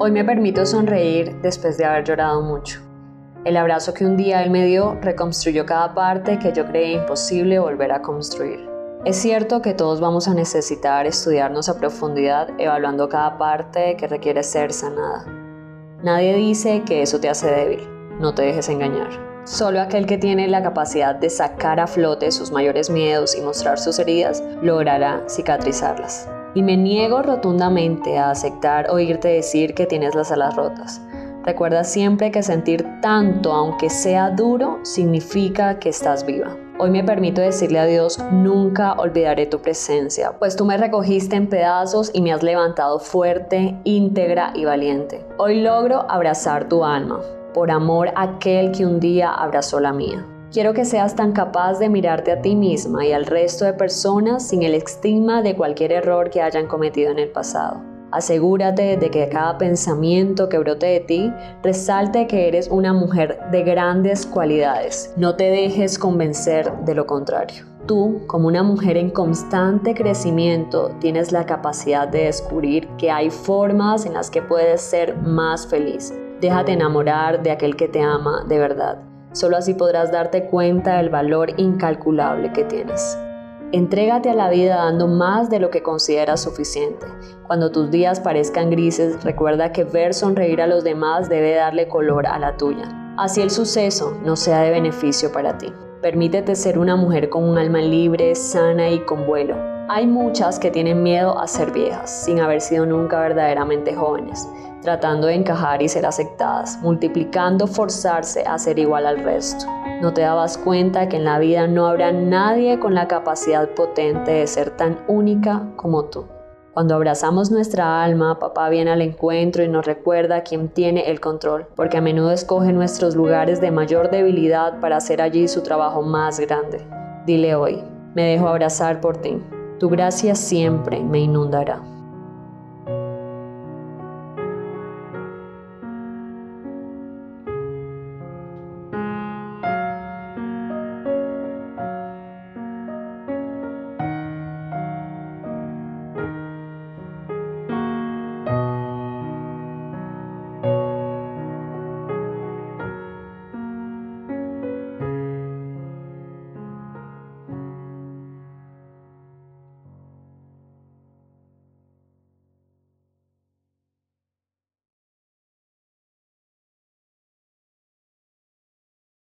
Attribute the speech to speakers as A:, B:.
A: Hoy me permito sonreír después de haber llorado mucho. El abrazo que un día él me dio reconstruyó cada parte que yo creía imposible volver a construir. Es cierto que todos vamos a necesitar estudiarnos a profundidad, evaluando cada parte que requiere ser sanada. Nadie dice que eso te hace débil, no te dejes engañar. Solo aquel que tiene la capacidad de sacar a flote sus mayores miedos y mostrar sus heridas, logrará cicatrizarlas. Y me niego rotundamente a aceptar oírte decir que tienes las alas rotas. Recuerda siempre que sentir tanto, aunque sea duro, significa que estás viva. Hoy me permito decirle a Dios, nunca olvidaré tu presencia, pues tú me recogiste en pedazos y me has levantado fuerte, íntegra y valiente. Hoy logro abrazar tu alma, por amor a aquel que un día abrazó la mía. Quiero que seas tan capaz de mirarte a ti misma y al resto de personas sin el estigma de cualquier error que hayan cometido en el pasado. Asegúrate de que cada pensamiento que brote de ti resalte que eres una mujer de grandes cualidades. No te dejes convencer de lo contrario. Tú, como una mujer en constante crecimiento, tienes la capacidad de descubrir que hay formas en las que puedes ser más feliz. Déjate enamorar de aquel que te ama de verdad. Solo así podrás darte cuenta del valor incalculable que tienes. Entrégate a la vida dando más de lo que consideras suficiente. Cuando tus días parezcan grises, recuerda que ver sonreír a los demás debe darle color a la tuya. Así el suceso no sea de beneficio para ti. Permítete ser una mujer con un alma libre, sana y con vuelo. Hay muchas que tienen miedo a ser viejas, sin haber sido nunca verdaderamente jóvenes, tratando de encajar y ser aceptadas, multiplicando forzarse a ser igual al resto. ¿No te dabas cuenta que en la vida no habrá nadie con la capacidad potente de ser tan única como tú? Cuando abrazamos nuestra alma, papá viene al encuentro y nos recuerda quién tiene el control, porque a menudo escoge nuestros lugares de mayor debilidad para hacer allí su trabajo más grande. Dile hoy, me dejo abrazar por ti. Tu gracia siempre me inundará.